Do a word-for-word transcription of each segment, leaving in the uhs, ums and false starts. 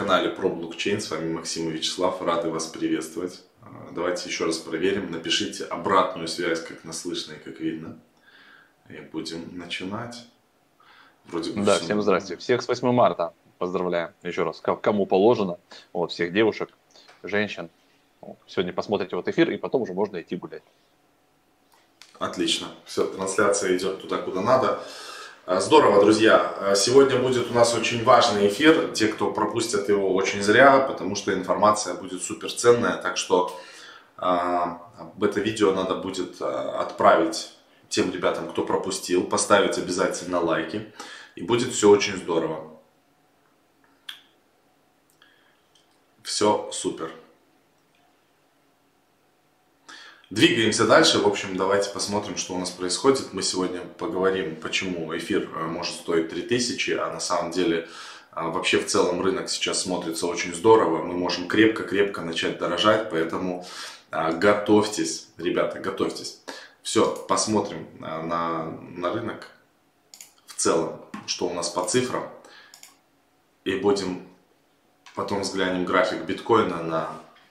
канале про блокчейн. С вами Максим и Вячеслав. Рады вас приветствовать. Давайте еще раз проверим. Напишите обратную связь, как нас слышно и как видно. И будем начинать. Вроде бы Да, все... всем здрасте. Всех с восьмым марта. Поздравляем еще раз. Кому положено. Вот, всех девушек, женщин. Сегодня посмотрите вот эфир, и потом уже можно идти гулять. Отлично. Все, трансляция идет туда, куда надо. Здорово, друзья. Сегодня будет у нас очень важный эфир. Те, кто пропустят его, очень зря, потому что информация будет суперценная. Так что э, это видео надо будет отправить тем ребятам, кто пропустил, поставить обязательно лайки. И будет все очень здорово. Все супер. Двигаемся дальше. В общем, давайте посмотрим, что у нас происходит. Мы сегодня поговорим, почему эфир может стоить три тысячи, а на самом деле вообще в целом рынок сейчас смотрится очень здорово. Мы можем крепко-крепко начать дорожать, поэтому готовьтесь, ребята, готовьтесь. Все, посмотрим на, на рынок в целом, что у нас по цифрам. И будем, потом взглянем график биткоина на...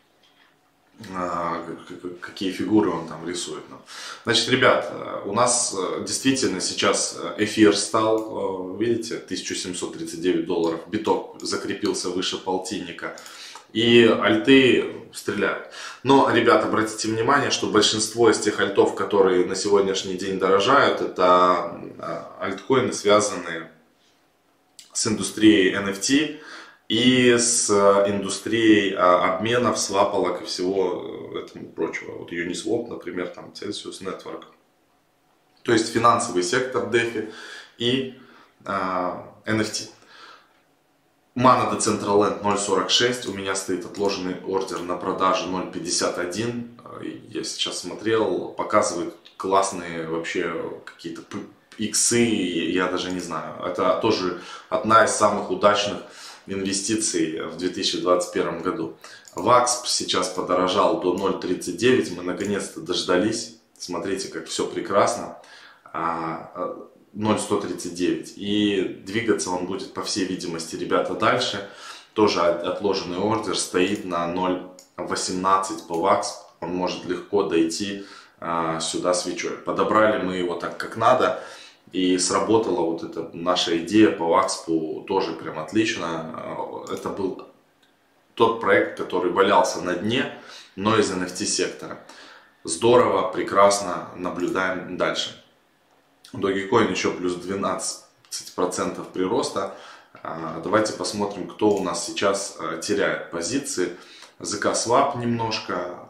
какие фигуры он там рисует. Значит, ребят, у нас действительно сейчас эфир стал, видите, тысяча семьсот тридцать девять долларов, биток закрепился выше полтинника, и альты стреляют. Но, ребят, обратите внимание, что большинство из тех альтов, которые на сегодняшний день дорожают, это альткоины, связанные с индустрией эн эф ти, и с индустрией обменов, свапалок и всего этому прочего. Вот Uniswap, например, там Celsius Network. То есть финансовый сектор DeFi и э, эн эф ти. Mana Decentraland ноль сорок шесть. У меня стоит отложенный ордер на продажу ноль пятьдесят один. Я сейчас смотрел, показывает классные вообще какие-то иксы, я даже не знаю. Это тоже одна из самых удачных инвестиций в две тысячи двадцать первом году. вакс сейчас подорожал до ноль тридцать девять. Мы наконец-то дождались. Смотрите, как все прекрасно. ноль сто тридцать девять. И двигаться он будет, по всей видимости, ребята, дальше. Тоже отложенный ордер стоит на ноль восемнадцать по вакс. Он может легко дойти сюда свечой. Подобрали мы его так, как надо. И сработала вот эта наша идея по вакспу тоже прям отлично. Это был тот проект, который валялся на дне, но из эн эф ти сектора. Здорово, прекрасно, наблюдаем дальше. Dogecoin еще плюс двенадцать процентов прироста. Давайте посмотрим, кто у нас сейчас теряет позиции. зэ ка Swap немножко.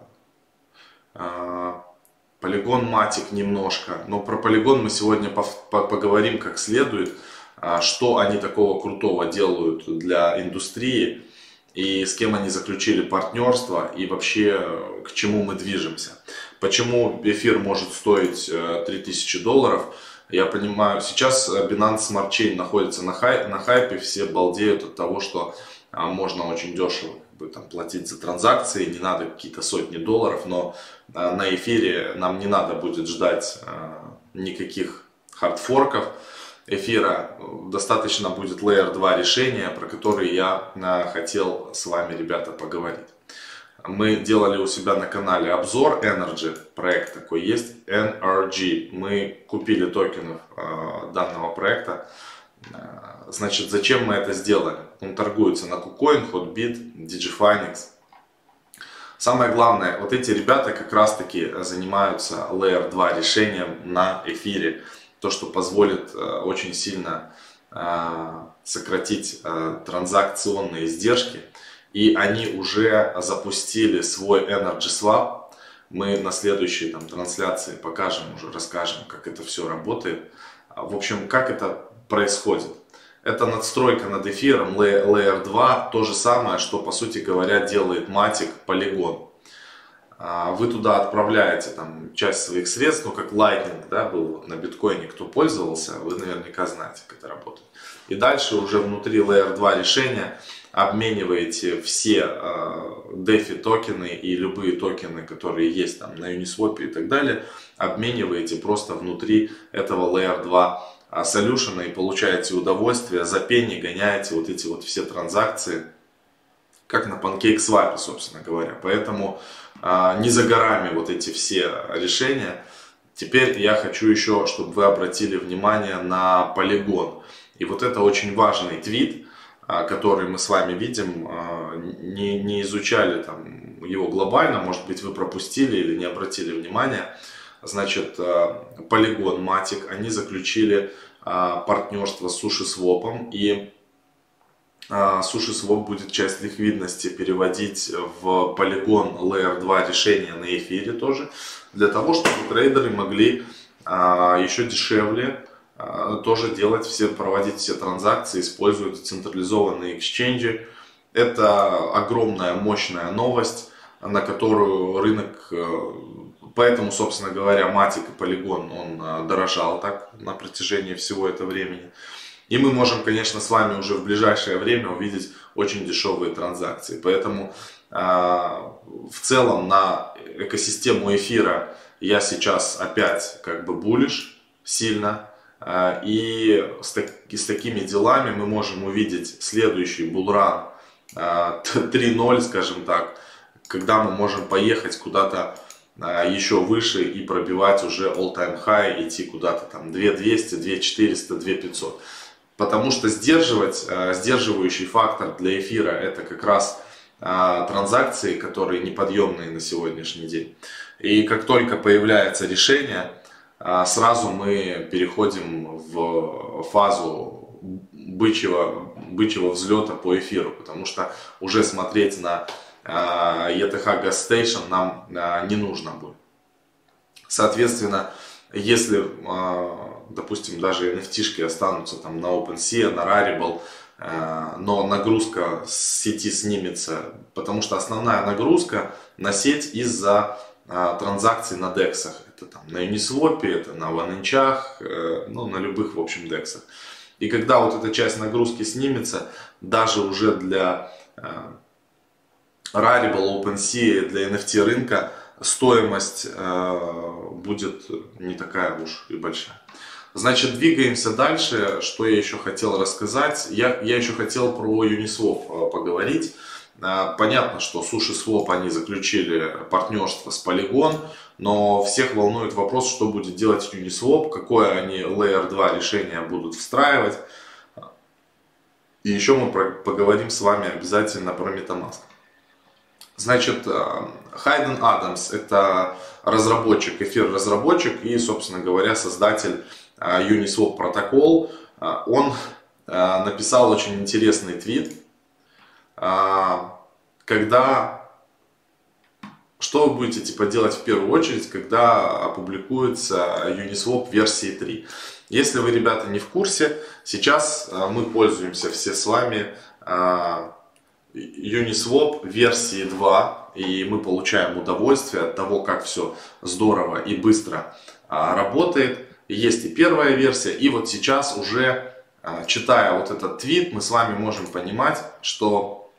Polygon Matic немножко, но про Polygon мы сегодня поговорим как следует, что они такого крутого делают для индустрии и с кем они заключили партнерство и вообще к чему мы движемся. Почему эфир может стоить три тысячи долларов, я понимаю, сейчас Binance Smart Chain находится на, хай, на хайпе, все балдеют от того, что можно очень дешево там, платить за транзакции, не надо какие-то сотни долларов, но а, на эфире нам не надо будет ждать а, никаких хардфорков эфира, достаточно будет лейер два решения, про которые я а, хотел с вами, ребята, поговорить. Мы делали у себя на канале обзор Energy, проект такой есть, эн ар джи, мы купили токенов а, данного проекта. Значит, зачем мы это сделали? Он торгуется на KuCoin, Hotbit, DigiFinex. Самое главное, вот эти ребята как раз таки занимаются лейер два решением на эфире. То, что позволит очень сильно сократить транзакционные издержки. И они уже запустили свой Energy Swap. Мы на следующей там, трансляции покажем, уже расскажем, как это все работает. В общем, как это происходит. Это надстройка над эфиром лейер два, то же самое, что, по сути говоря, делает Matic Polygon. Вы туда отправляете там, часть своих средств, ну как Lightning, да, был на биткоине, кто пользовался, вы наверняка знаете, как это работает. И дальше уже внутри лейер два решения обмениваете все DeFi токены и любые токены, которые есть там на Uniswap и так далее, обмениваете просто внутри этого лейер два солюшена и получаете удовольствие, за пенни гоняете вот эти вот все транзакции как на PancakeSwap, собственно говоря. Поэтому а, не за горами вот эти все решения. Теперь я хочу еще, чтобы вы обратили внимание на Polygon. И вот это очень важный твит, а, который мы с вами видим. А, не, не изучали там его глобально, может быть, вы пропустили или не обратили внимания. Значит, а, Polygon, Matic, они заключили а, партнерство с SushiSwap, и SushiSwap будет часть ликвидности переводить в Polygon Layer два решения на эфире тоже, для того, чтобы трейдеры могли а, еще дешевле а, тоже делать все, проводить все транзакции, используя децентрализованные эксченджи. Это огромная, мощная новость, на которую рынок, поэтому, собственно говоря, Matic и Polygon, он дорожал так на протяжении всего этого времени. И мы можем, конечно, с вами уже в ближайшее время увидеть очень дешевые транзакции. Поэтому э, в целом на экосистему эфира я сейчас опять как бы буллиш сильно. Э, и с, так, и с такими делами мы можем увидеть следующий булран э, три ноль, скажем так, когда мы можем поехать куда-то э, еще выше и пробивать уже all-time high, идти куда-то там две двести, две четыреста, две пятьсот. Потому что сдерживать, сдерживающий фактор для эфира это как раз транзакции, которые неподъемные на сегодняшний день. И как только появляется решение, сразу мы переходим в фазу бычьего, бычьего взлета по эфиру. Потому что уже смотреть на и ти эйч Gas Station нам не нужно будет. Соответственно, если, допустим, даже эн эф ти-шки останутся там на OpenSea, на Rarible, но нагрузка с сети снимется, потому что основная нагрузка на сеть из-за транзакций на дексах. Это там на Uniswap, это на OneInch, ну, на любых, в общем, дексах. И когда вот эта часть нагрузки снимется, даже уже для Rarible, OpenSea, для эн эф ти рынка, стоимость э, будет не такая уж и большая. Значит, двигаемся дальше. Что я еще хотел рассказать? Я, я еще хотел про Uniswap поговорить. Э, понятно, что SushiSwap они заключили партнерство с Polygon, но всех волнует вопрос, что будет делать Uniswap, какое они Layer два решение будут встраивать. И еще мы про, поговорим с вами обязательно про MetaMask. Значит, Хайден Адамс — это разработчик, эфир-разработчик и, собственно говоря, создатель Uniswap протокол. Он написал очень интересный твит, когда, что вы будете типа делать в первую очередь, когда опубликуется Uniswap версии три. Если вы, ребята, не в курсе, сейчас мы пользуемся все с вами Uniswap версии два, и мы получаем удовольствие от того, как все здорово и быстро а, работает. Есть и первая версия, и вот сейчас уже, а, читая вот этот твит, мы с вами можем понимать, что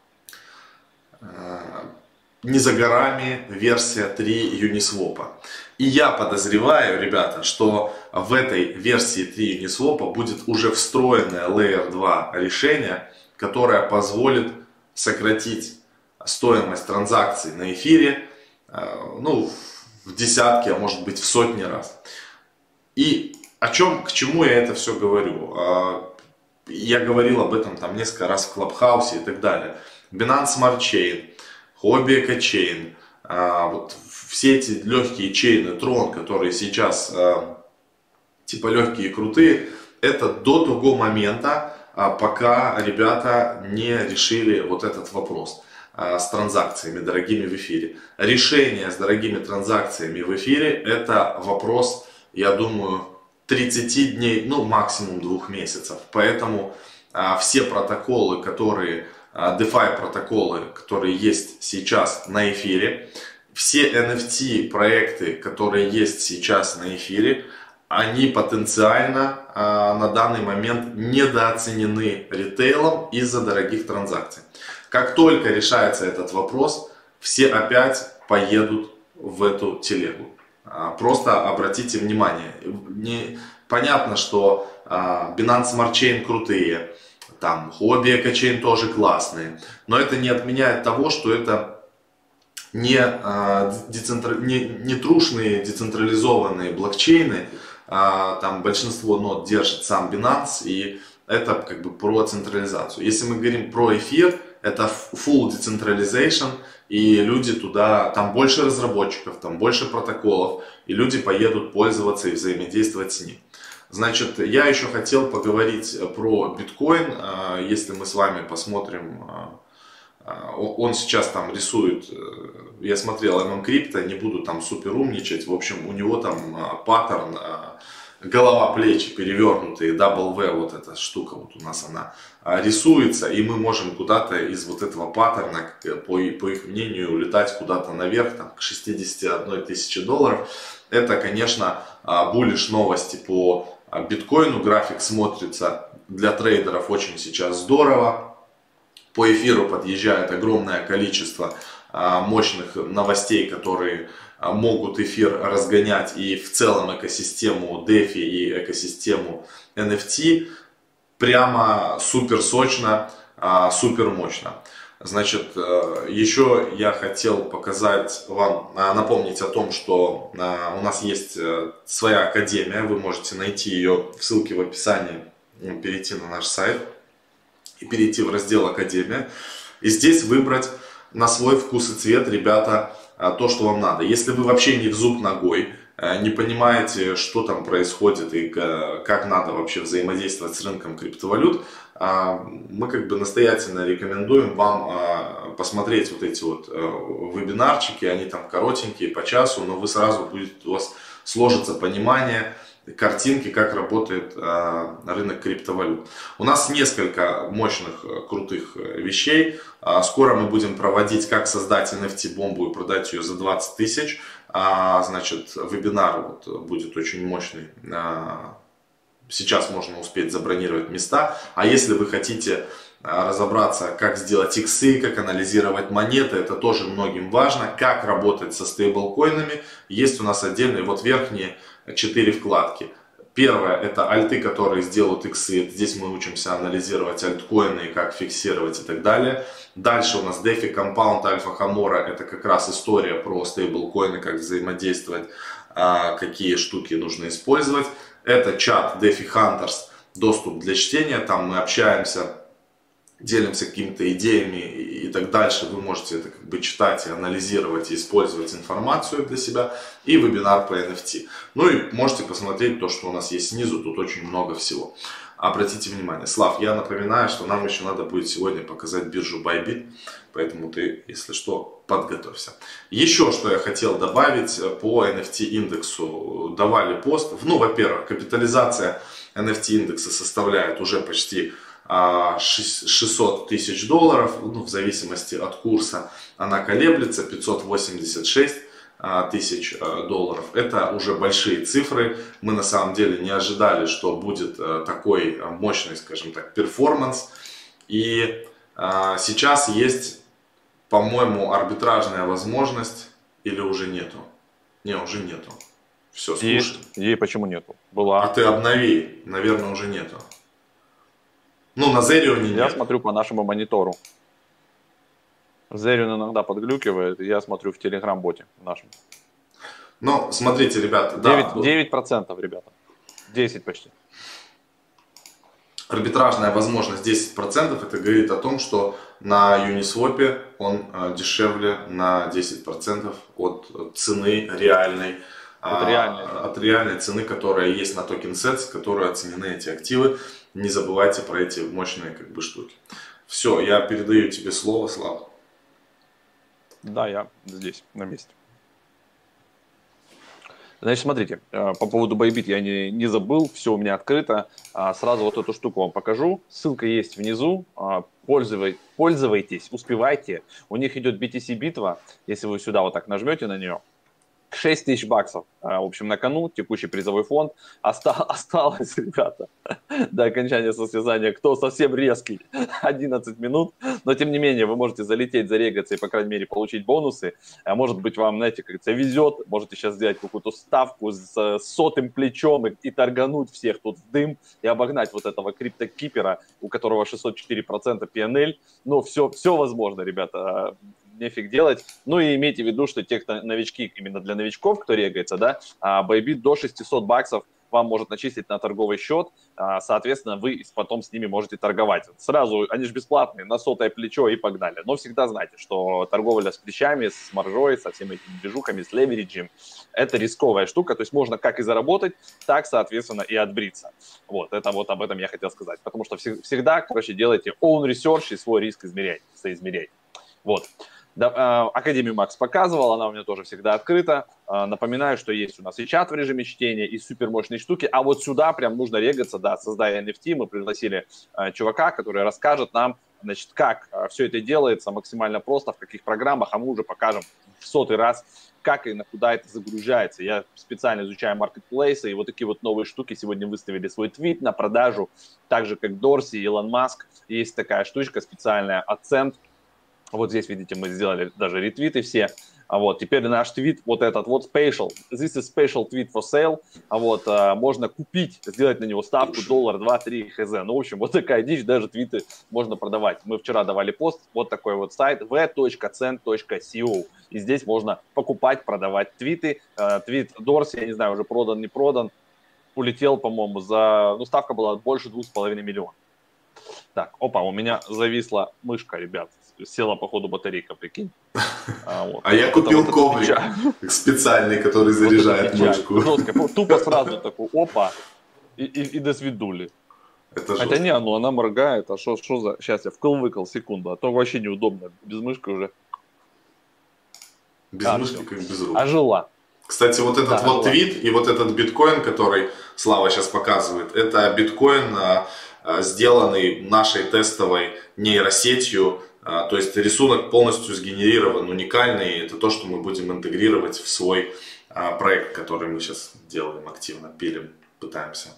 а, не за горами версия три Uniswap. И я подозреваю, ребята, что в этой версии три Uniswap будет уже встроенное Layer два решение, которое позволит сократить стоимость транзакций на эфире, ну, в десятки, а может быть в сотни раз. И о чем, к чему я это все говорю? Я говорил об этом там несколько раз в Клабхаусе и так далее. Binance Smart Chain, Huobi EcoChain, вот все эти легкие чейны, Tron, которые сейчас типа легкие и крутые, это до того момента, пока ребята не решили вот этот вопрос с транзакциями дорогими в эфире. Решение с дорогими транзакциями в эфире — это вопрос, я думаю, тридцати дней, ну максимум двух месяцев. Поэтому а, все протоколы, которые, а, DeFi протоколы, которые есть сейчас на эфире, все эн эф ти проекты, которые есть сейчас на эфире, они потенциально а, на данный момент недооценены ритейлом из-за дорогих транзакций. Как только решается этот вопрос, все опять поедут в эту телегу. А, просто обратите внимание. Не, понятно, что а, Binance Smart Chain крутые, там хобби экочейн тоже классные. Но это не отменяет того, что это не, а, децентра... не, не трушные децентрализованные блокчейны. А, там большинство нод держит сам Binance, и это как бы про централизацию. Если мы говорим про эфир, это full decentralization, и люди туда, там больше разработчиков, там больше протоколов, и люди поедут пользоваться и взаимодействовать с ним. Значит, я еще хотел поговорить про биткоин. Если мы с вами посмотрим, он сейчас там рисует, я смотрел эм эм Crypto, не буду там супер умничать, в общем, у него там паттерн голова, плечи перевернутые, дабл ви, вот эта штука вот у нас она рисуется, и мы можем куда-то из вот этого паттерна, по, по их мнению, улетать куда-то наверх, там, к шестидесяти одной тысяче долларов. Это, конечно, буллиш новости по биткоину, график смотрится для трейдеров очень сейчас здорово. По эфиру подъезжает огромное количество мощных новостей, которые могут эфир разгонять и в целом экосистему дефи и экосистему эн эф ти прямо супер сочно, супер мощно. Значит, еще я хотел показать вам, напомнить о том, что у нас есть своя академия, вы можете найти ее в ссылке в описании, перейти на наш сайт и перейти в раздел Академия. И здесь выбрать на свой вкус и цвет, ребята, то, что вам надо. Если вы вообще не в зуб ногой, не понимаете, что там происходит и как надо вообще взаимодействовать с рынком криптовалют, мы как бы настоятельно рекомендуем вам посмотреть вот эти вот вебинарчики, они там коротенькие, по часу, но вы сразу будет, у вас сложится понимание картинки, как работает рынок криптовалют. У нас несколько мощных, крутых вещей. Скоро мы будем проводить, как создать эн эф ти-бомбу и продать ее за двадцать тысяч. Значит, вебинар вот будет очень мощный. Сейчас можно успеть забронировать места. А если вы хотите разобраться, как сделать иксы, как анализировать монеты, это тоже многим важно. Как работать со стейблкоинами. Есть у нас отдельные, вот верхние четыре вкладки. Первое — это альты, которые сделают иксы. Здесь мы учимся анализировать альткоины, как фиксировать и так далее. Дальше у нас DeFi Compound, Альфа Хамора. Это как раз история про стейблкоины, как взаимодействовать, какие штуки нужно использовать. Это чат DeFi Hunters, доступ для чтения. Там мы общаемся, делимся какими-то идеями и так дальше. Вы можете это как бы читать и анализировать, и использовать информацию для себя. И вебинар по эн эф ти. Ну и можете посмотреть то, что у нас есть снизу. Тут очень много всего. Обратите внимание. Слав, я напоминаю, что нам еще надо будет сегодня показать биржу Bybit. Поэтому ты, если что, подготовься. Еще что я хотел добавить по эн эф ти индексу. Давали пост. Ну, во-первых, капитализация эн эф ти индекса составляет уже почти шестьсот тысяч долларов, ну, в зависимости от курса она колеблется, пятьсот восемьдесят шесть тысяч долларов. Это уже большие цифры. Мы на самом деле не ожидали, что будет такой мощный, скажем так, перформанс. И сейчас есть, по-моему, арбитражная возможность, или уже нету? Не, уже нету. Все, слушай. Есть. Ей почему нету? Была. А ты обнови, наверное, уже нету. Ну, на Зерионе нет. Я смотрю по нашему монитору. Зерион иногда подглюкивает, и я смотрю в телеграм-боте нашем. Ну, смотрите, ребята. Да, девять процентов, ребята. десять почти. Арбитражная возможность десять процентов. Это говорит о том, что на Uniswap он дешевле на десять процентов от цены реальной. От реальной, от реальной цены, которая есть на TokenSets, которой оценены эти активы. Не забывайте про эти мощные как бы штуки. Все, я передаю тебе слово, Слава. Да, я здесь, на месте. Значит, смотрите, по поводу Bybit я не, не забыл, все у меня открыто. Сразу вот эту штуку вам покажу. Ссылка есть внизу. Пользуйтесь, пользуйтесь, успевайте. У них идет би ти си битва. Если вы сюда вот так нажмете на нее, шесть тысяч баксов, в общем, на кону, текущий призовой фонд. Оста- осталось, ребята, до окончания состязания, кто совсем резкий, одиннадцать минут. Но, тем не менее, вы можете залететь, зарегаться и, по крайней мере, получить бонусы. А может быть, вам, знаете, как говорится, везет. Можете сейчас сделать какую-то ставку с сотым плечом и, и торгануть всех тут в дым и обогнать вот этого криптокипера, у которого шестьсот четыре процента пи эн эль. Ну, все, все возможно, ребята. Нефиг делать. Ну и имейте в виду, что те, кто новички, именно для новичков, кто регается, да, Bybit до шестисот баксов вам может начислить на торговый счет, соответственно, вы потом с ними можете торговать. Сразу, они же бесплатные, на сотое плечо и погнали. Но всегда знайте, что торговля с плечами, с маржой, со всеми этими движухами, с левериджем, это рисковая штука, то есть можно как и заработать, так, соответственно, и отбриться. Вот, это вот об этом я хотел сказать. Потому что всегда, короче, делайте own research и свой риск измеряйте, соизмеряйте. Вот. Академию Макс показывал, она у меня тоже всегда открыта. Напоминаю, что есть у нас и чат в режиме чтения, и супермощные штуки. А вот сюда прям нужно регаться, да, создая эн эф ти. Мы пригласили чувака, который расскажет нам, значит, как все это делается максимально просто, в каких программах, а мы уже покажем в сотый раз, как и на куда это загружается. Я специально изучаю маркетплейсы, и вот такие вот новые штуки сегодня выставили свой твит на продажу, так же, как Дорси, Илон Маск. Есть такая штучка специальная, Ascent. Вот здесь, видите, мы сделали даже ретвиты все. А вот теперь наш твит, вот этот вот special. This is special tweet for sale. А вот а, можно купить, сделать на него ставку доллар, два, три, хз. Ну, в общем, вот такая дичь, даже твиты можно продавать. Мы вчера давали пост, вот такой вот сайт ви точка цент точка co. И здесь можно покупать, продавать твиты. А, твит Дорси, я не знаю, уже продан, не продан. Улетел, по-моему, за... Ну, ставка была больше двух с половиной миллионов. Так, опа, у меня зависла мышка, ребят. Села, походу, батарейка, прикинь. А, вот. а я купил вот коврик специальный, который заряжает вот мышку. Жестко, тупо сразу такой, опа, и, и, и до свидули. Это Хотя не, ну она моргает, а что за... Сейчас я вкл-выкл, секунду, а то вообще неудобно, без мышки уже. Без а, мышки, все. Как без рук. Ожила. Кстати, вот этот да, вот ожила. Твит и вот этот биткоин, который Слава сейчас показывает, это биткоин, сделанный нашей тестовой нейросетью. То есть рисунок полностью сгенерирован, уникальный. Это то, что мы будем интегрировать в свой проект, который мы сейчас делаем активно, пилим, пытаемся.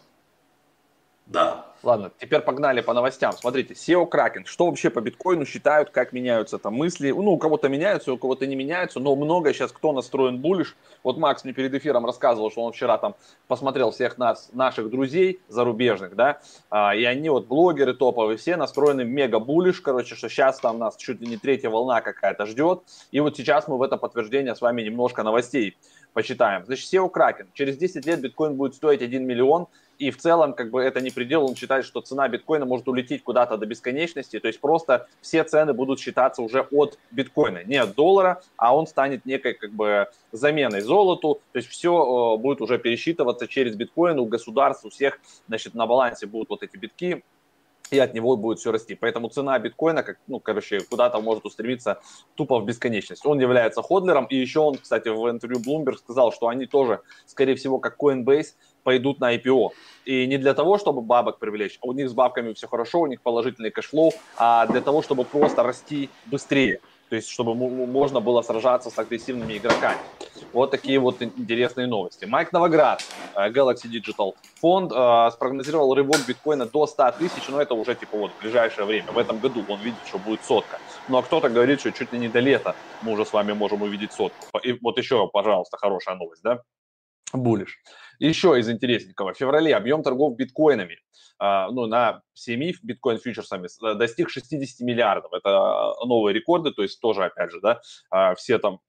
Да. Ладно, теперь погнали по новостям. Смотрите, сео Kraken. Что вообще по биткоину считают, как меняются там мысли? Ну, у кого-то меняются, у кого-то не меняются, но много сейчас кто настроен буллиш. Вот Макс мне перед эфиром рассказывал, что он вчера там посмотрел всех нас, наших друзей зарубежных, да, а, и они вот блогеры топовые, все настроены мега буллиш, короче, что сейчас там нас чуть ли не третья волна какая-то ждет. И вот сейчас мы в это подтверждение с вами немножко новостей почитаем. Значит, сео Kraken. Через десять лет биткоин будет стоить один миллион. И в целом, как бы, это не предел, он считает, что цена биткоина может улететь куда-то до бесконечности, то есть просто все цены будут считаться уже от биткоина, не от доллара, а он станет некой, как бы, заменой золоту, то есть все э, будет уже пересчитываться через биткоин, у государств, у всех, значит, на балансе будут вот эти битки, и от него будет все расти. Поэтому цена биткоина, как, ну, короче, куда-то может устремиться тупо в бесконечность. Он является ходлером, и еще он, кстати, в интервью Bloomberg сказал, что они тоже, скорее всего, как Coinbase, пойдут на ай пи о. И не для того, чтобы бабок привлечь, а у них с бабками все хорошо, у них положительный кэшфлоу, а для того, чтобы просто расти быстрее. То есть, чтобы можно было сражаться с агрессивными игроками. Вот такие вот интересные новости. Майк Новоград, Galaxy Digital фонд, спрогнозировал рывок биткоина до ста тысяч, но это уже типа вот в ближайшее время. В этом году он видит, что будет сотка. Ну а кто-то говорит, что чуть ли не до лета мы уже с вами можем увидеть сотку. И вот еще, пожалуйста, хорошая новость, да? Буллиш. Еще из интересненького. В феврале объем торгов биткоинами Uh, ну, на семи биткоин-фьючерсами достиг шестидесяти миллиардов. Это новые рекорды, то есть тоже, опять же, да, uh, все там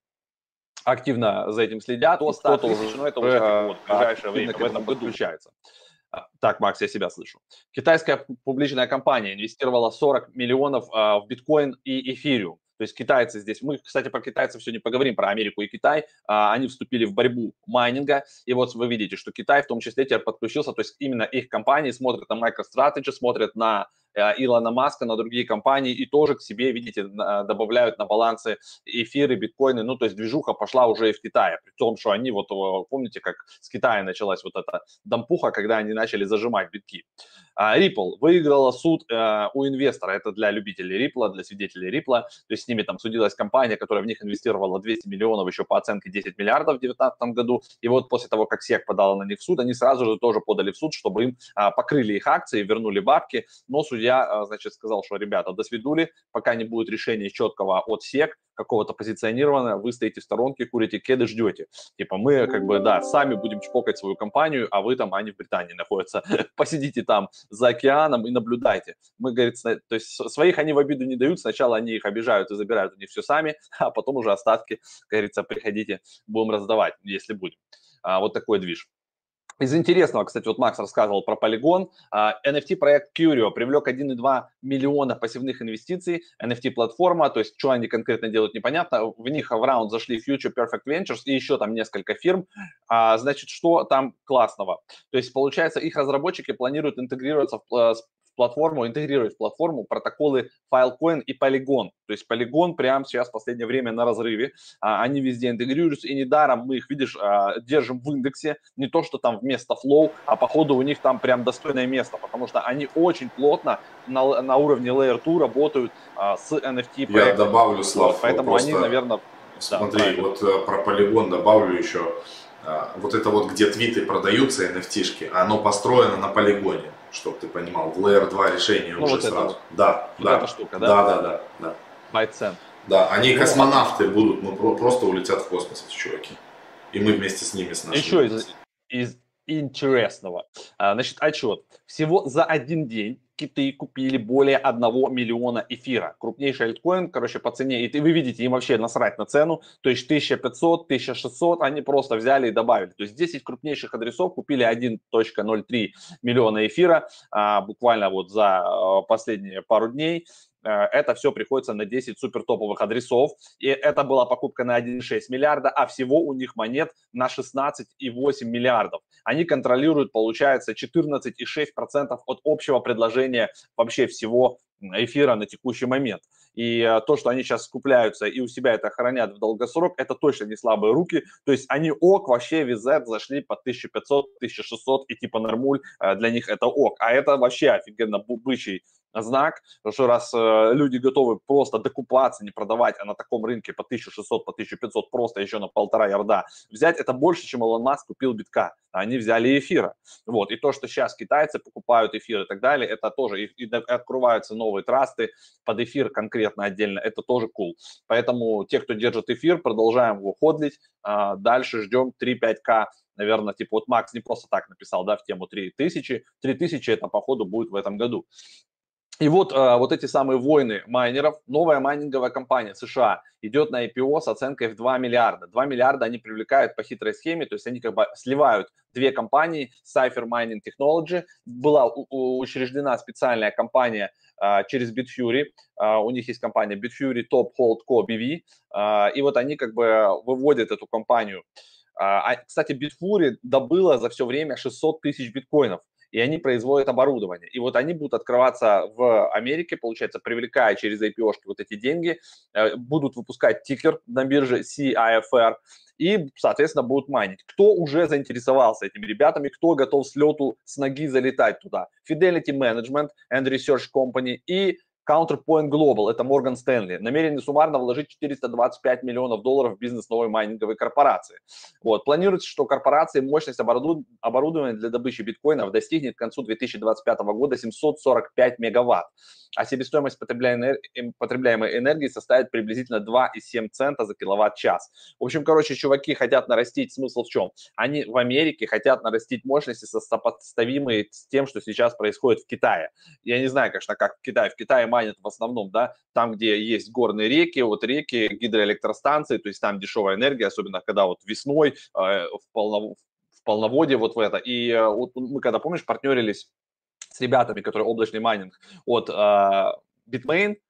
активно за этим следят. До ста тысяч, но это уже uh, вот, в ближайшее время, в этом году включается. Uh, так, Макс, я себя слышу. Китайская публичная компания инвестировала сорок миллионов uh, в биткоин и эфириум. То есть китайцы здесь, мы, кстати, про китайцев сегодня поговорим, про Америку и Китай, а, они вступили в борьбу майнинга, и вот вы видите, что Китай в том числе теперь подключился, то есть именно их компании смотрят на MicroStrategy, смотрят на Илона Маска, на другие компании, и тоже к себе, видите, добавляют на балансы эфиры, биткоины, ну, то есть движуха пошла уже и в Китае, при том, что они вот, помните, как с Китая началась вот эта дампуха, когда они начали зажимать битки. Ripple выиграла суд э, у инвестора, это для любителей Ripple, для свидетелей Ripple, то есть с ними там судилась компания, которая в них инвестировала двести миллионов еще по оценке десять миллиардов в две тысячи девятнадцатом году, и вот после того, как сек подала на них в суд, они сразу же тоже подали в суд, чтобы им а, покрыли их акции, вернули бабки, но судья, а, значит, сказал, что, ребята, до свидули, пока не будет решения четкого от сек, какого-то позиционирования, вы стоите в сторонке, курите кеды, ждете. Типа мы, как бы, да, сами будем чпокать свою компанию, а вы там, они в Британии находятся, посидите там за океаном и наблюдайте. Мы, говорит, то есть своих они в обиду не дают, сначала они их обижают и забирают у них все сами, а потом уже остатки, как говорится, приходите, будем раздавать, если будем. А, вот такой движ. Из интересного, кстати, вот Макс рассказывал про Polygon. эн эф ти-проект Curio привлек один и два миллиона пассивных инвестиций. эн эф ти-платформа, то есть что они конкретно делают, непонятно. В них в раунд зашли Future Perfect Ventures и еще там несколько фирм. А, значит, что там классного? То есть, получается, их разработчики планируют интегрироваться в, платформу, интегрировать в платформу протоколы Filecoin и Polygon. То есть Polygon прямо сейчас в последнее время на разрыве. А, они везде интегрируются, и недаром мы их, видишь, а, держим в индексе. Не то, что там вместо Flow, а походу у них там прям достойное место, потому что они очень плотно на, на уровне Layer два работают а, с эн эф ти проектами. Я добавлю, Слав, вот, поэтому просто, они, наверное... Смотри, да, вот про Polygon добавлю еще. Вот это вот, где твиты продаются, эн эф ти-шки, оно построено на полигоне, чтобы ты понимал, в Layer два решение ну, уже вот сразу. Это, да, вот да. эта штука, да? Да, да, да. да. Байцен. Да, они ну, космонавты ну, будут, мы просто улетят в космос, эти чуваки. И мы вместе с ними, с нашими. Еще из, из интересного. Значит, отчет. Всего за один день киты купили более одного миллиона эфира. Крупнейший альткоин, короче, по цене, и вы видите, им вообще насрать на цену, то есть тысяча пятьсот, тысяча шестьсот, они просто взяли и добавили. То есть десять крупнейших адресов купили один целых ноль три миллиона эфира, а, буквально вот за а, последние пару дней. Это все приходится на десять супер топовых адресов. И это была покупка на один целых шесть миллиарда, а всего у них монет на шестнадцать целых восемь миллиардов. Они контролируют, получается, четырнадцать целых шесть десятых процента от общего предложения вообще всего эфира на текущий момент. И то, что они сейчас скупляются и у себя это хранят в долгосрок, это точно не слабые руки. То есть они ок, вообще визет зашли по тысяча пятьсот - тысяча шестьсот и типа нормуль, для них это ок. А это вообще офигенно бычий знак, что раз э, люди готовы просто докупаться, не продавать, а на таком рынке по тысяча шестьсот, по тысяча пятьсот просто еще на полтора ярда взять, это больше, чем Илон Маск купил битка. Они взяли эфира. Вот. И то, что сейчас китайцы покупают эфир и так далее, это тоже, и, и открываются новые трасты под эфир конкретно отдельно, это тоже cool. Поэтому те, кто держит эфир, продолжаем его ходлить, а дальше ждем три-пять ка. Наверное, типа вот Макс не просто так написал, да, в тему три тысячи. три тысячи это, походу, будет в этом году. И вот, э, вот эти самые войны майнеров, новая майнинговая компания США идет на ай пи о с оценкой в два миллиарда. два миллиарда они привлекают по хитрой схеме, то есть они как бы сливают две компании, Cypher Mining Technology, была у, у, учреждена специальная компания э, через Bitfury, э, у них есть компания Bitfury Top Holdco би ви, э, и вот они как бы выводят эту компанию. Э, кстати, Bitfury добыла за все время шестьсот тысяч биткоинов. И они производят оборудование. И вот они будут открываться в Америке, получается, привлекая через ай пи о-шки вот эти деньги, будут выпускать тикер на бирже си ай эф ар и, соответственно, будут майнить. Кто уже заинтересовался этими ребятами, кто готов с лету, с ноги залетать туда? Fidelity Management and Research Company и Counterpoint Global, это Morgan Stanley, намерены суммарно вложить четыреста двадцать пять миллионов долларов в бизнес новой майнинговой корпорации. Вот. Планируется, что корпорации мощность оборудования для добычи биткоинов достигнет к концу две тысячи двадцать пятого года семьсот сорок пять мегаватт, а себестоимость потребляемой энергии составит приблизительно два и семь цента за киловатт-час. В общем, короче, чуваки хотят нарастить, смысл в чем? Они в Америке хотят нарастить мощности, сопоставимые с тем, что сейчас происходит в Китае. Я не знаю, конечно, как в Китае. В Китае майнят в основном, да, там, где есть горные реки, вот реки, гидроэлектростанции, то есть там дешевая энергия, особенно когда вот весной э, в, полнов... в полноводье вот в это. И э, вот мы, когда, помнишь, партнерились с ребятами, которые облачный майнинг от э, Bitmain,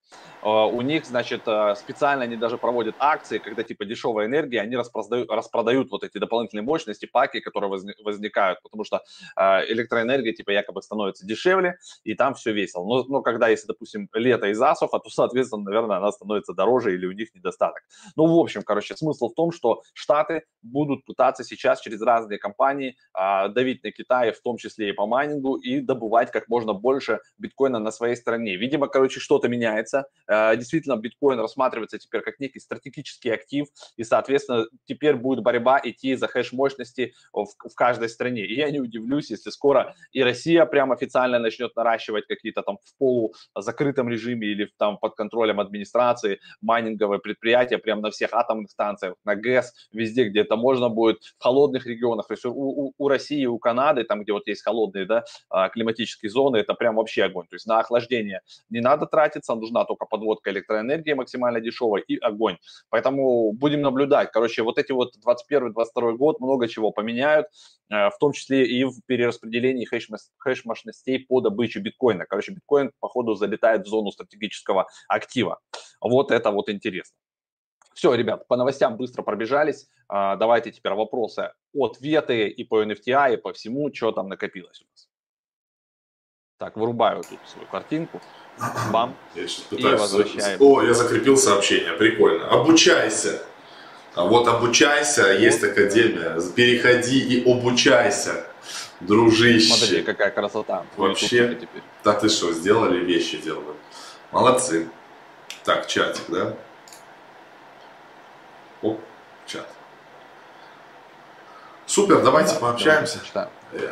У них, значит, специально они даже проводят акции, когда типа дешевая энергия, они распродают, распродают вот эти дополнительные мощности, паки, которые возникают, потому что электроэнергия типа якобы становится дешевле, и там все весело. Но, но когда, если, допустим, лето и засуха, то, соответственно, наверное, она становится дороже или у них недостаток. Ну, в общем, короче, смысл в том, что Штаты будут пытаться сейчас через разные компании давить на Китай, в том числе и по майнингу, и добывать как можно больше биткоина на своей стороне. Видимо, короче, что-то меняется. Действительно, биткоин рассматривается теперь как некий стратегический актив, и, соответственно, теперь будет борьба идти за хэш-мощности в, в каждой стране. И я не удивлюсь, если скоро и Россия прям официально начнет наращивать какие-то там в полузакрытом режиме или там под контролем администрации майнинговые предприятия прямо на всех атомных станциях, на ГЭС, везде, где это можно будет, в холодных регионах. То есть у, у, у России, у Канады, там, где вот есть холодные, да, климатические зоны, это прям вообще огонь. То есть на охлаждение не надо тратиться, нужна только подводка электроэнергии максимально дешевая и огонь. Поэтому будем наблюдать. Короче, вот эти вот двадцать первый двадцать второй год много чего поменяют, в том числе и в перераспределении хэш-мощностей по добыче биткоина. Короче, биткоин, походу, залетает в зону стратегического актива. Вот это вот интересно. Все, ребят, по новостям быстро пробежались. Давайте теперь вопросы, ответы и по эн эф ти ай, и по всему, что там накопилось у нас. Так, вырубаю тут свою картинку. Бам. Я сейчас пытаюсь... О, я закрепил сообщение. Прикольно. Обучайся. А вот обучайся, вот, есть академия. Переходи и обучайся, дружище. Смотри, какая красота. Вообще, да ты что, сделали вещи, делают. Молодцы. Так, чатик, да? Оп, чат. Супер, давайте да, пообщаемся. Давайте,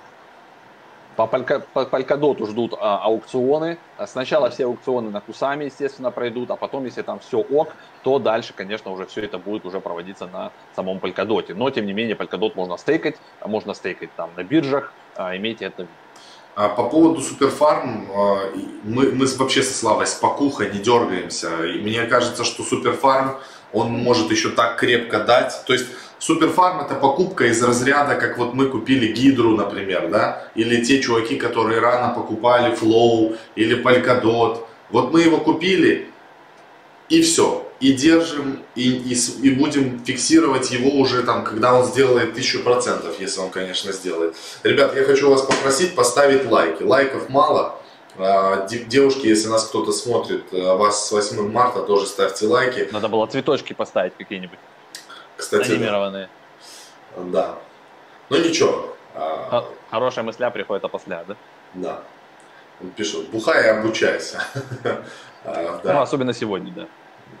По, Полька, по Polkadot ждут а, аукционы. Сначала все аукционы на Кусами, естественно, пройдут, а потом, если там все ок, то дальше, конечно, уже все это будет уже проводиться на самом Polkadot. Но, тем не менее, Polkadot можно стейкать, а можно стейкать там на биржах, а, имейте это в виду. А по поводу Суперфарм, мы, мы вообще со Славой с покуха не дергаемся. И мне кажется, что Суперфарм, он может еще так крепко дать. То есть Суперфарм это покупка из разряда, как вот мы купили Гидру, например, да, или те чуваки, которые рано покупали Flow или Polkadot. Вот мы его купили и все, и держим, и, и, и будем фиксировать его уже там, когда он сделает тысячу процентов, если он, конечно, сделает. Ребят, я хочу вас попросить поставить лайки. Лайков мало. Девушки, если нас кто-то смотрит, вас с восьмым марта тоже ставьте лайки. Надо было цветочки поставить какие-нибудь. Кстати, анимированные. Да. Ну ничего. Хорошая мысля приходит опосля, да? Да. Он пишет, бухай и обучайся. Да. Ну, особенно сегодня, да.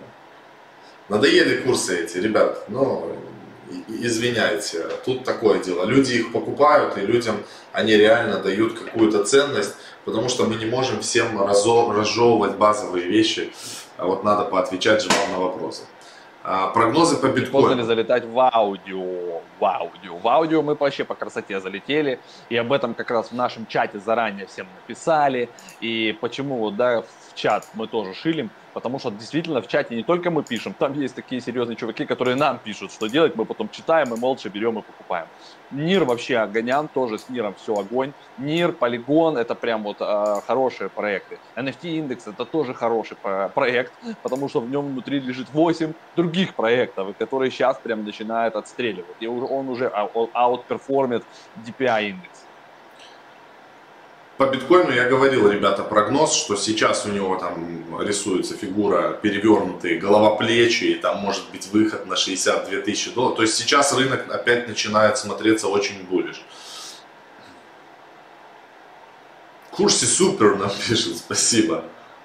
Надоели курсы эти, ребят, но извиняйте, тут такое дело. Люди их покупают, и людям они реально дают какую-то ценность, потому что мы не можем всем разжевывать базовые вещи. А вот надо поотвечать же вам на вопросы. А, прогнозы по биткоину. Можно ли залетать в аудио? В аудио. В аудио мы вообще по красоте залетели. И об этом как раз в нашем чате заранее всем написали. И почему вот, да, в чат мы тоже шилим. Потому что действительно в чате не только мы пишем, там есть такие серьезные чуваки, которые нам пишут, что делать, мы потом читаем и молча берем и покупаем. Нир вообще огонян, тоже с Ниром все огонь. Нир, Polygon, это прям вот э, хорошие проекты. эн эф ти индекс это тоже хороший проект, потому что в нем внутри лежит восемь других проектов, которые сейчас прям начинают отстреливать. И он уже аутперформит ди пи ай индекс. По биткоину я говорил, ребята, прогноз, что сейчас у него там рисуется фигура перевернутые голова-плечи, и там может быть выход на шестьдесят две тысячи долларов. То есть сейчас рынок опять начинает смотреться очень буллиш. Курсе супер нам пишет, спасибо.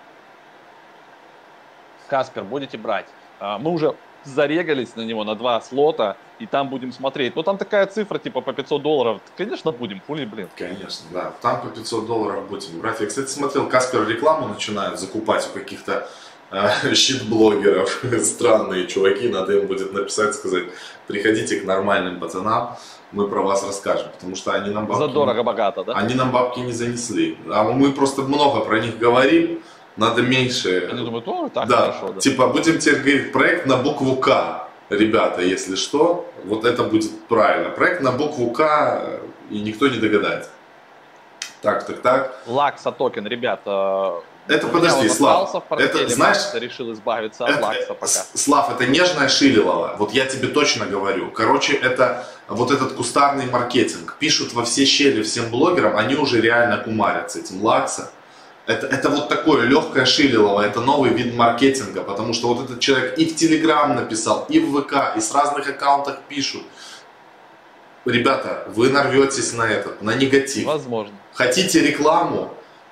Каспер, будете брать? Мы уже зарегались на него на два слота, и там будем смотреть. Но там такая цифра, типа по пятьсот долларов. Конечно, будем, хули, блин. Конечно, да. Там по пятьсот долларов будем брать. Я, кстати, смотрел, Каспер рекламу начинают закупать у каких-то э, щит-блогеров. Странные чуваки, надо им будет написать, сказать, приходите к нормальным пацанам, мы про вас расскажем. Потому что они нам бабки... Задорого-богато, да? Они нам бабки не занесли. А мы просто много про них говорим. Надо меньше. Они думают, о, так да, хорошо. Да. Типа, будем теперь говорить проект на букву К. Ребята, если что, вот это будет правильно. Проект на букву К, и никто не догадается. Так, так, так. Лакса токен, ребята, Это У меня подожди, он Слав, остался в это, портфеле, знаешь, Макс решил избавиться от это, Лакса пока. С- Слав, это нежная шилилова, вот я тебе точно говорю. Короче, это вот этот кустарный маркетинг. Пишут во все щели всем блогерам, они уже реально кумарят с этим Лакса. Это, это вот такое легкое шилилово, это новый вид маркетинга, потому что вот этот человек и в Телеграм написал, и в ВК, и с разных аккаунтов пишут. Ребята, вы нарветесь на этот, на негатив. Возможно. Хотите рекламу?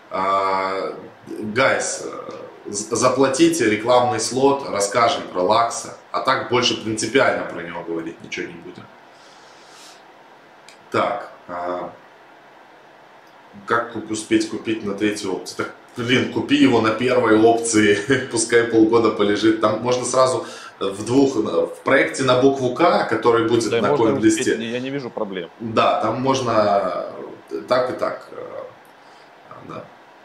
Гайс, заплатите рекламный слот, расскажем про Лакса, а так больше принципиально про него говорить ничего не будем. Так, а, как успеть купить на третьей опции? Так, блин, купи его на первой опции, пускай полгода полежит. Там можно сразу в двух, в проекте на букву К, который будет Да, на коин-листе. Я не вижу проблем. Да, там можно так и так. Да.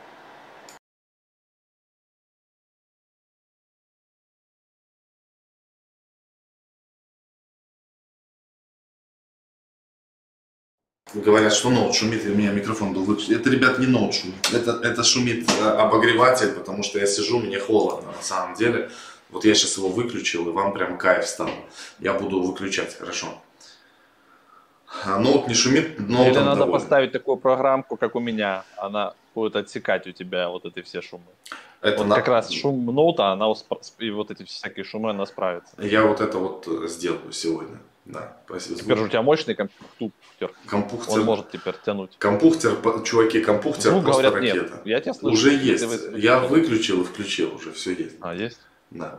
Говорят, что ноут шумит, и у меня микрофон был выключен. Это, ребят, не ноут шумит. Это, это шумит обогреватель, потому что я сижу, мне холодно на самом деле. Вот я сейчас его выключил, и вам прям кайф стал. Я буду выключать, хорошо. А ноут не шумит, ноутом Или надо доволен. поставить такую программку, как у меня. Она будет отсекать у тебя вот эти все шумы. Это вот на... как раз шум ноута, она усп... и вот эти всякие шумы, она справится. Я вот это вот сделаю сегодня. Да, спасибо. Теперь же у тебя мощный компьютер. Компухтер. Он может теперь тянуть. Компухтер, чуваки, компухтер Ну, просто говорят, ракета. нет. Я тебя слышу. Уже есть. Вы... Я выключил и включил, уже все есть. А, есть? Да.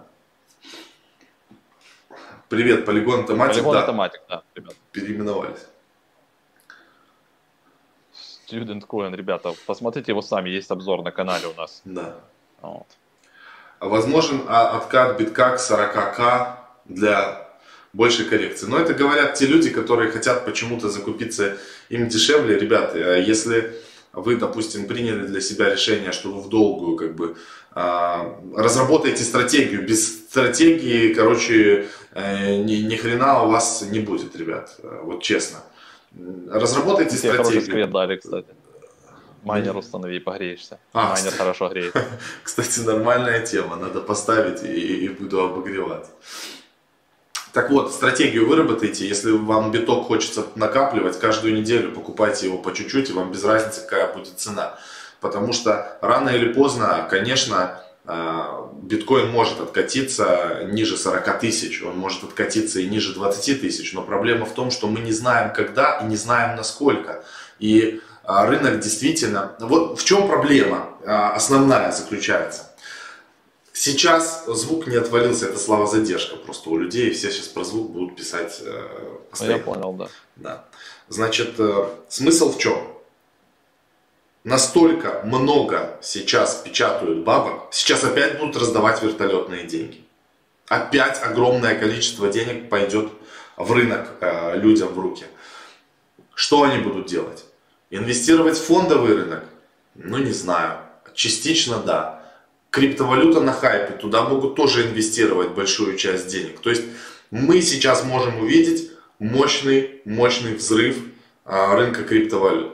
Привет, Полигон Автоматик. Полигон да. Автоматик, да, ребят. Переименовались. Student Coin, ребята, посмотрите его сами, есть обзор на канале у нас. Да. Вот. Возможен откат битка к сорок ка для большей коррекции. Но это говорят те люди, которые хотят почему-то закупиться им дешевле. Ребят, если вы, допустим, приняли для себя решение, что вы в долгую как бы разработаете стратегию. Без стратегии, короче, ни, ни хрена у вас не будет, ребят. Вот честно. Разработайте Тебе стратегию. хороший скреп дали, кстати. Майнер установи и погреешься. А, Майнер кстати, хорошо греет. Кстати, нормальная тема. Надо поставить и, и буду обогревать. Так вот, стратегию выработайте. Если вам биток хочется накапливать, каждую неделю покупайте его по чуть-чуть, и вам без разницы, какая будет цена. Потому что рано или поздно, конечно, биткоин может откатиться ниже сорока тысяч, он может откатиться и ниже двадцати тысяч, но проблема в том, что мы не знаем когда и не знаем насколько. И рынок действительно... Вот в чем проблема основная заключается. Сейчас звук не отвалился, это слава задержка просто у людей, все сейчас про звук будут писать постоянно. Я понял, да. Да. Значит, смысл в чем? Настолько много сейчас печатают бабок, сейчас опять будут раздавать вертолетные деньги. Опять огромное количество денег пойдет в рынок э, людям в руки. Что они будут делать? Инвестировать в фондовый рынок? Ну не знаю. Частично да. Криптовалюта на хайпе, туда могут тоже инвестировать большую часть денег. То есть мы сейчас можем увидеть мощный, мощный взрыв э, рынка криптовалют.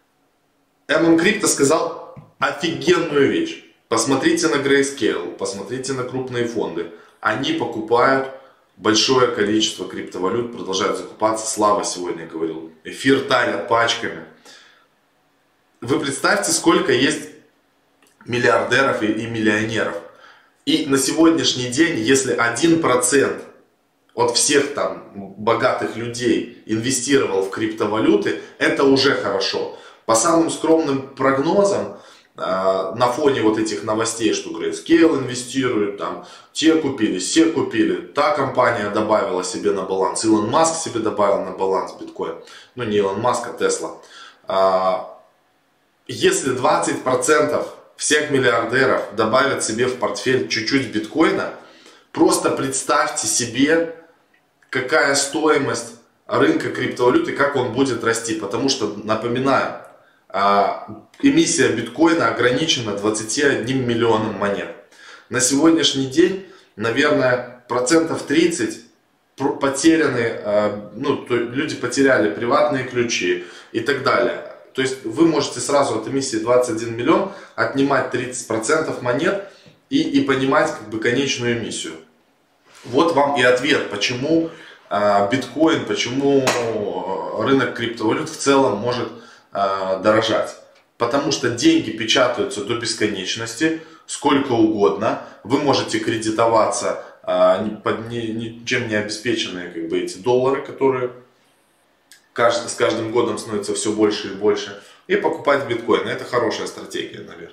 эм эм Crypto сказал офигенную вещь. Посмотрите на Grayscale, посмотрите на крупные фонды. Они покупают большое количество криптовалют, продолжают закупаться. Слава сегодня говорил. Эфир тайлят пачками. Вы представьте, сколько есть миллиардеров и, и миллионеров. И на сегодняшний день, если один процент от всех там богатых людей инвестировал в криптовалюты, это уже хорошо. По самым скромным прогнозам, на фоне вот этих новостей, что Grayscale инвестирует, там, те купили, все купили, та компания добавила себе на баланс, Илон Маск себе добавил на баланс биткоин, ну не Илон Маск, а Тесла. Если двадцать процентов всех миллиардеров добавят себе в портфель чуть-чуть биткоина, просто представьте себе, какая стоимость рынка криптовалюты, как он будет расти, потому что, напоминаю, эмиссия биткоина ограничена двадцатью одним миллионом монет. На сегодняшний день, наверное, процентов тридцать потеряны, ну, люди потеряли приватные ключи и так далее. То То есть вы можете сразу от эмиссии двадцать один миллион отнимать тридцать процентов монет и, и понимать как бы конечную эмиссию. Вот вам и ответ, почему э, биткоин, почему рынок криптовалют в целом может э, дорожать. Потому что деньги печатаются до бесконечности, сколько угодно. Вы можете кредитоваться э, под ни, ничем не обеспеченные как бы, эти доллары, которые кажд, с каждым годом становятся все больше и больше. И покупать биткоин. Это хорошая стратегия, наверное.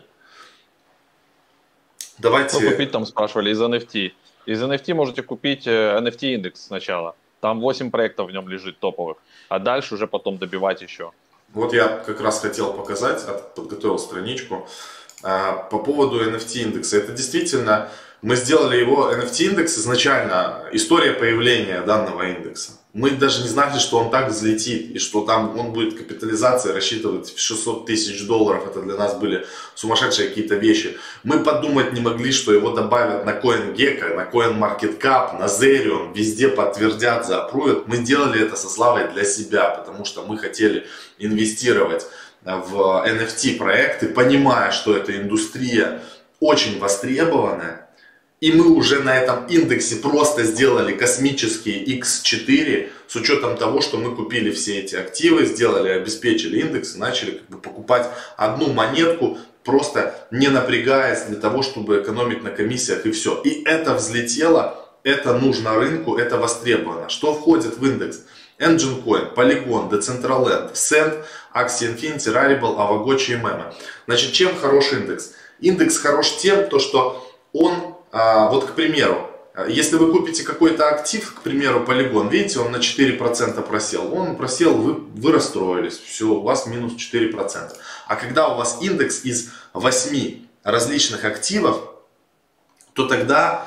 Давайте... Что купить там, спрашивали, из эн эф ти. Из эн эф ти можете купить эн эф ти индекс сначала. Там восемь проектов в нем лежит топовых. А дальше уже потом добивать еще. Вот я как раз хотел показать, подготовил страничку по поводу эн эф ти индекса. Это действительно, мы сделали его эн эф ти индекс изначально, история появления данного индекса. Мы даже не знали, что он так взлетит и что там он будет капитализация рассчитывать в шестьсот тысяч долларов. Это для нас были сумасшедшие какие-то вещи. Мы подумать не могли, что его добавят на CoinGecko, на CoinMarketCap, на Zerion, везде подтвердят, зааппруют. Мы делали это со Славой для себя, потому что мы хотели инвестировать в эн эф ти проекты, понимая, что эта индустрия очень востребованная. И мы уже на этом индексе просто сделали космические икс четыре с учетом того, что мы купили все эти активы, сделали, обеспечили индекс и начали как бы покупать одну монетку, просто не напрягаясь для того, чтобы экономить на комиссиях и все. И это взлетело, это нужно рынку, это востребовано. Что входит в индекс? Engine Coin, Polygon, Decentraland, Sand, Axie Infinity, Rarible, Avagotchi и Meme. Значит, чем хорош индекс? Индекс хорош тем, то, что он А, вот, к примеру, если вы купите какой-то актив, к примеру, Polygon, видите, он на четыре процента просел. Он просел, вы, вы расстроились, все, у вас минус четыре процента. А когда у вас индекс из восьми различных активов, то тогда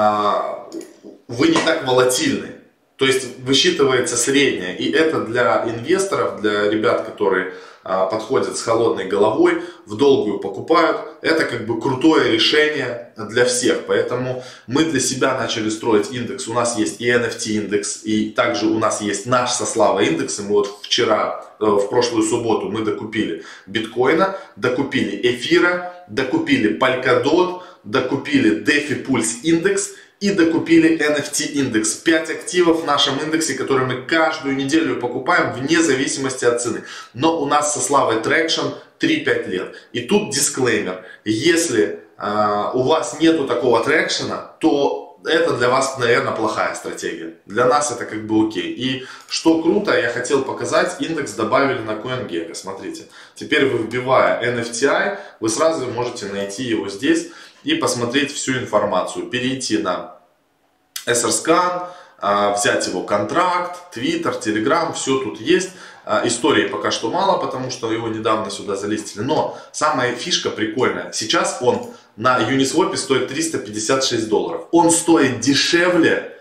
а, вы не так волатильны. То есть высчитывается среднее. И это для инвесторов, для ребят, которые а, подходят с холодной головой, в долгую покупают. Это как бы крутое решение для всех. Поэтому мы для себя начали строить индекс. У нас есть и эн эф ти индекс, и также у нас есть наш со Славой индекс. И мы вот вчера, в прошлую субботу мы докупили биткоина, докупили эфира, докупили Polkadot, докупили DeFi Pulse индекс и докупили эн эф ти индекс. пять активов в нашем индексе, которые мы каждую неделю покупаем вне зависимости от цены. Но у нас со Славой трекшн три-пять лет. И тут дисклеймер. Если э, у вас нету такого трекшена, то это для вас, наверное, плохая стратегия. Для нас это как бы окей. И что круто, я хотел показать, индекс добавили на CoinGecko. Смотрите, теперь вы, вбивая эн эф ти ай, вы сразу можете найти его здесь и посмотреть всю информацию. Перейти на EtherScan, взять его контракт, Twitter, Telegram, все тут есть. Истории пока что мало, потому что его недавно сюда залистили. Но самая фишка прикольная. Сейчас он на Uniswap стоит триста пятьдесят шесть долларов. Он стоит дешевле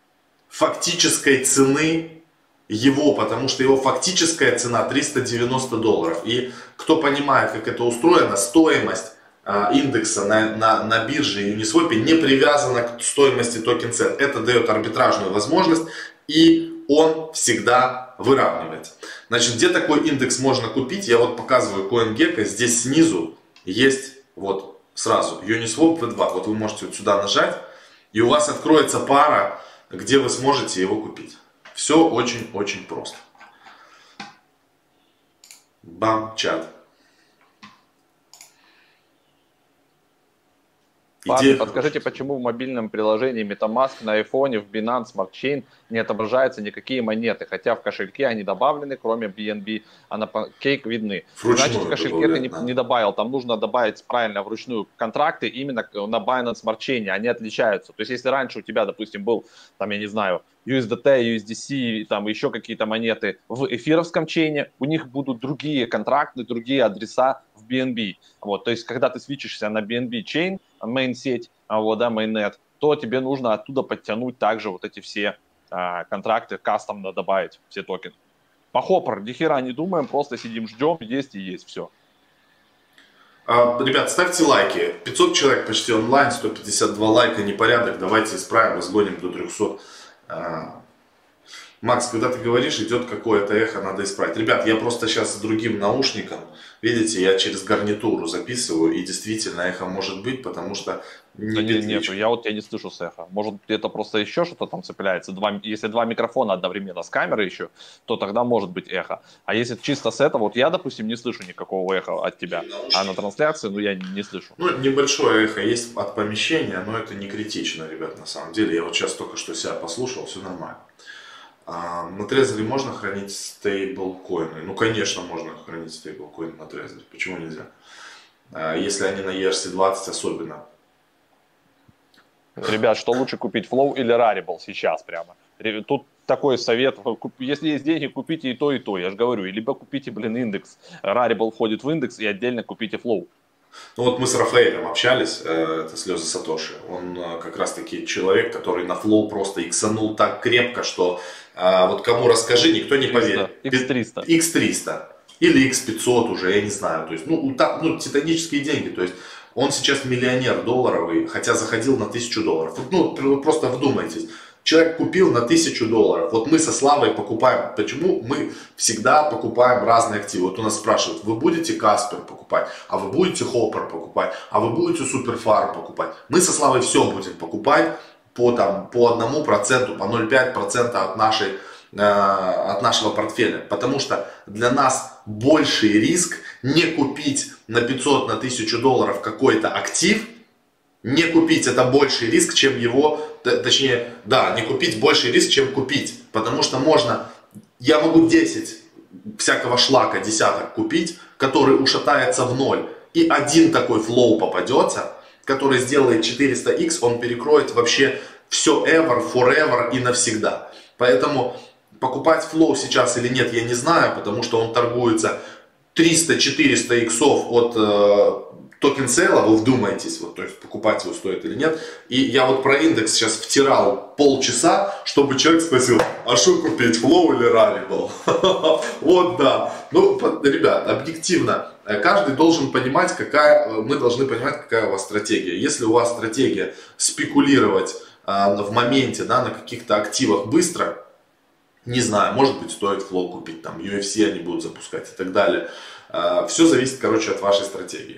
фактической цены его, потому что его фактическая цена триста девяносто долларов. И кто понимает, как это устроено, стоимость индекса на, на, на бирже Uniswap не привязана к стоимости токен цен. Это дает арбитражную возможность, и он всегда выравнивается. Значит, где такой индекс можно купить? Я вот показываю CoinGecko. Здесь снизу есть вот сразу Uniswap ви два. Вот вы можете вот сюда нажать, и у вас откроется пара, где вы сможете его купить. Все очень-очень просто. Бам, чат. Парни, подскажите, почему в мобильном приложении MetaMask на айфоне в Binance Smart Chain не отображаются никакие монеты, хотя в кошельке они добавлены, кроме би эн би, а на Pancake видны. Вручную. Значит, в кошельке ты не, не добавил, там нужно добавить правильно вручную контракты именно на Binance Smart Chain, они отличаются. То есть, если раньше у тебя, допустим, был, там, я не знаю, ю эс ди ти, ю эс ди си, там еще какие-то монеты в эфировском чейне, у них будут другие контракты, другие адреса в би эн би. Вот, то есть, когда ты свитчишься на би эн би чейн, main сеть, вот, да, mainnet, то тебе нужно оттуда подтянуть также вот эти все а, контракты, кастомно добавить все токены. По хоппер, ни хера не думаем, просто сидим, ждем, есть и есть, все. А, ребят, ставьте лайки. пятьсот человек почти онлайн, сто пятьдесят два лайка, непорядок. Давайте исправим, разгоним до трехсот. А, Макс, когда ты говоришь, идет какое-то эхо, надо исправить. Ребят, я просто сейчас с другим наушником, видите, я через гарнитуру записываю, и действительно эхо может быть, потому что Да не не, нету, петличка. я вот тебя не слышу с эхо. Может, это просто еще что-то там цепляется. Два, если два микрофона одновременно с камерой еще, то тогда может быть эхо. А если чисто с этого, вот я, допустим, не слышу никакого эха от тебя. А на трансляции, ну, я не слышу. Ну, небольшое эхо есть от помещения, но это не критично, ребят, на самом деле. Я вот сейчас только что себя послушал, все нормально. А на Трезоре можно хранить стейблкоины? Ну, конечно, можно хранить стейблкоины на Трезоре. Почему нельзя? А если они на и эр си двадцать особенно. Ребят, что лучше купить, Flow или Rarible сейчас прямо? Тут такой совет, если есть деньги, купите и то, и то, я же говорю, либо купите, блин, индекс, Rarible входит в индекс, и отдельно купите Flow. Ну вот мы с Рафаэлем общались, э, это слезы Сатоши, он э, как раз таки человек, который на Flow просто иксанул так крепко, что э, вот кому расскажи, никто не поверит. икс триста. икс триста или икс пятьсот уже, я не знаю, то есть, ну, так, ну, титанические деньги, то есть он сейчас миллионер долларовый, хотя заходил на тысячу долларов. Ну, просто вдумайтесь. Человек купил на тысячу долларов. Вот мы со Славой покупаем. Почему мы всегда покупаем разные активы? Вот у нас спрашивают, вы будете Каспер покупать? А вы будете Хоппер покупать? А вы будете Суперфарм покупать? Мы со Славой все будем покупать по, там, по одному проценту, по ноль целых пять десятых процента от нашей от нашего портфеля, потому что для нас больший риск не купить на пятьсот, на тысячу долларов какой-то актив, не купить, это больший риск, чем его, точнее, да, не купить больший риск, чем купить, потому что можно, я могу десять всякого шлака, десяток купить, который ушатается в ноль, и один такой флоу попадется, который сделает четыреста икс, он перекроет вообще все ever, forever и навсегда, поэтому покупать Flow сейчас или нет, я не знаю, потому что он торгуется триста-четыреста иксов от э, токен сейла, вы вдумаетесь, вот, то есть покупать его стоит или нет. И я вот про индекс сейчас втирал полчаса, чтобы человек спросил, а что купить, Flow или Rarible? Вот да. Ну, ребят, объективно, каждый должен понимать, какая, мы должны понимать, какая у вас стратегия. Если у вас стратегия спекулировать э, в моменте, да, на каких-то активах быстро, не знаю, может быть, стоит Flow купить, там, ю эф си они будут запускать и так далее. Все зависит, короче, от вашей стратегии.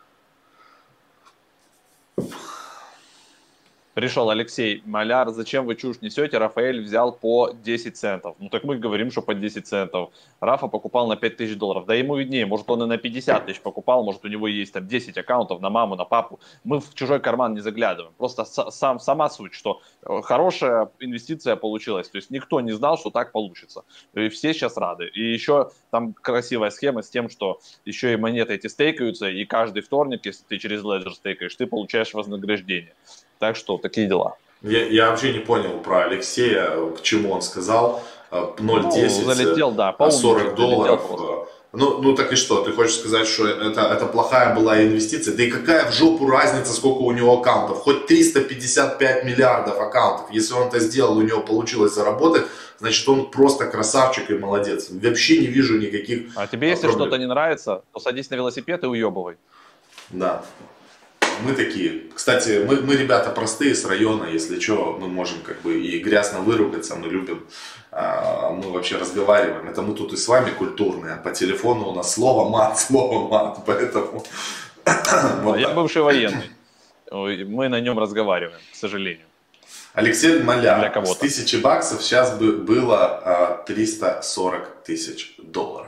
Пришел Алексей Маляр, зачем вы чушь несете, Рафаэль взял по десять центов. Ну так мы говорим, что по десять центов. Рафа покупал на пять тысяч долларов. Да ему виднее, может он и на пятьдесят тысяч покупал, может у него есть там десять аккаунтов на маму, на папу. Мы в чужой карман не заглядываем. Просто сам, сама суть, что хорошая инвестиция получилась. То есть никто не знал, что так получится. И все сейчас рады. И еще там красивая схема с тем, что еще и монеты эти стейкаются, и каждый вторник, если ты через Ledger стейкаешь, ты получаешь вознаграждение. Так что такие дела. Я, я вообще не понял про Алексея, к чему он сказал. ноль целых десять, ну, залетел, да, сорок долларов. Ну, ну так и что, ты хочешь сказать, что это, это плохая была инвестиция? Да и какая в жопу разница, сколько у него аккаунтов? Хоть триста пятьдесят пять миллиардов аккаунтов. Если он это сделал, у него получилось заработать, значит он просто красавчик и молодец. Вообще не вижу никаких А тебе, если проблем. Что-то не нравится, то садись на велосипед и уебывай. Да. Мы такие. Кстати, мы, мы ребята простые с района, если что, мы можем как бы и грязно выругаться, мы любим, а, мы вообще разговариваем. Это мы тут и с вами культурные, а по телефону у нас слово мат, слово мат, поэтому... Вот я бывший военный, мы на нем разговариваем, к сожалению. Алексей Маляр, с тысячи баксов сейчас бы было а, триста сорок тысяч долларов.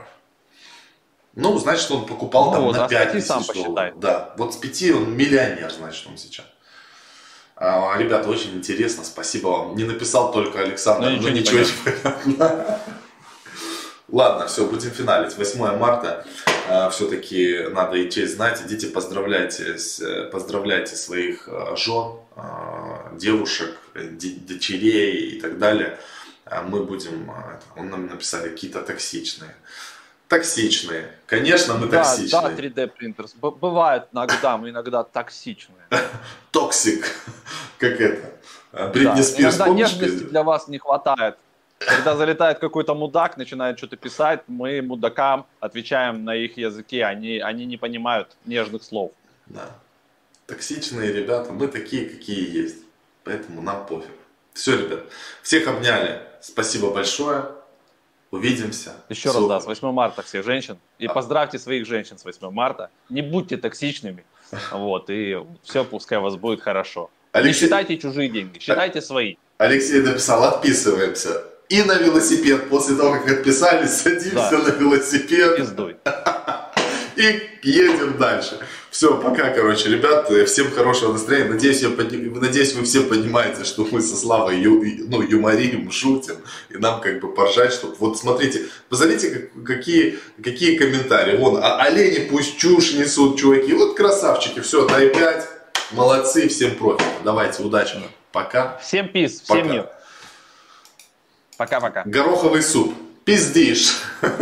Ну, значит, он покупал ну, там вот, на пять тысяч сам долларов. Да, вот с пяти он миллионер, значит, он сейчас. А, ребята, очень интересно, спасибо вам. Не написал только Александр, но, но ничего не понятно. Ладно, все, будем финалить. восьмое марта, а, все-таки надо и честь знать. Идите поздравляйте, поздравляйте своих жен, девушек, дочерей и так далее. Мы будем, он нам написали, какие-то токсичные. Токсичные. Конечно, мы да, токсичные. Да, три дэ принтер. Бывает иногда, мы иногда токсичные. Токсик. Как это? Бритни Спирс. Иногда нежности для вас не хватает. Когда залетает какой-то мудак, начинает что-то писать, мы мудакам отвечаем на их языке. Они, они не понимают нежных слов. Да. Токсичные ребята, мы такие, какие есть. Поэтому нам пофиг. Все, ребят. Всех обняли. Спасибо большое. Увидимся. Еще Все. раз, да, с восьмым марта всех женщин. И поздравьте своих женщин с восьмым марта. Не будьте токсичными. Вот, и все, пускай у вас будет хорошо. Алексей... Не считайте чужие деньги, считайте свои. Алексей написал, отписываемся. И на велосипед. После того, как отписались, садимся да. на велосипед. Пиздуй. И едем дальше. Все, пока, короче, ребят. Всем хорошего настроения. Надеюсь, я подним... Надеюсь, вы все понимаете, что мы со Славой ю... ну, юморим, шутим. И нам как бы поржать, чтобы... Вот смотрите, посмотрите, какие, какие комментарии. Вон, а олени пусть чушь несут, чуваки. Вот красавчики. Все, дай пять. Молодцы, всем профита. Давайте, удачи. Пока. Всем пиз, всем мир. Пока-пока. Гороховый суп. Пиздишь.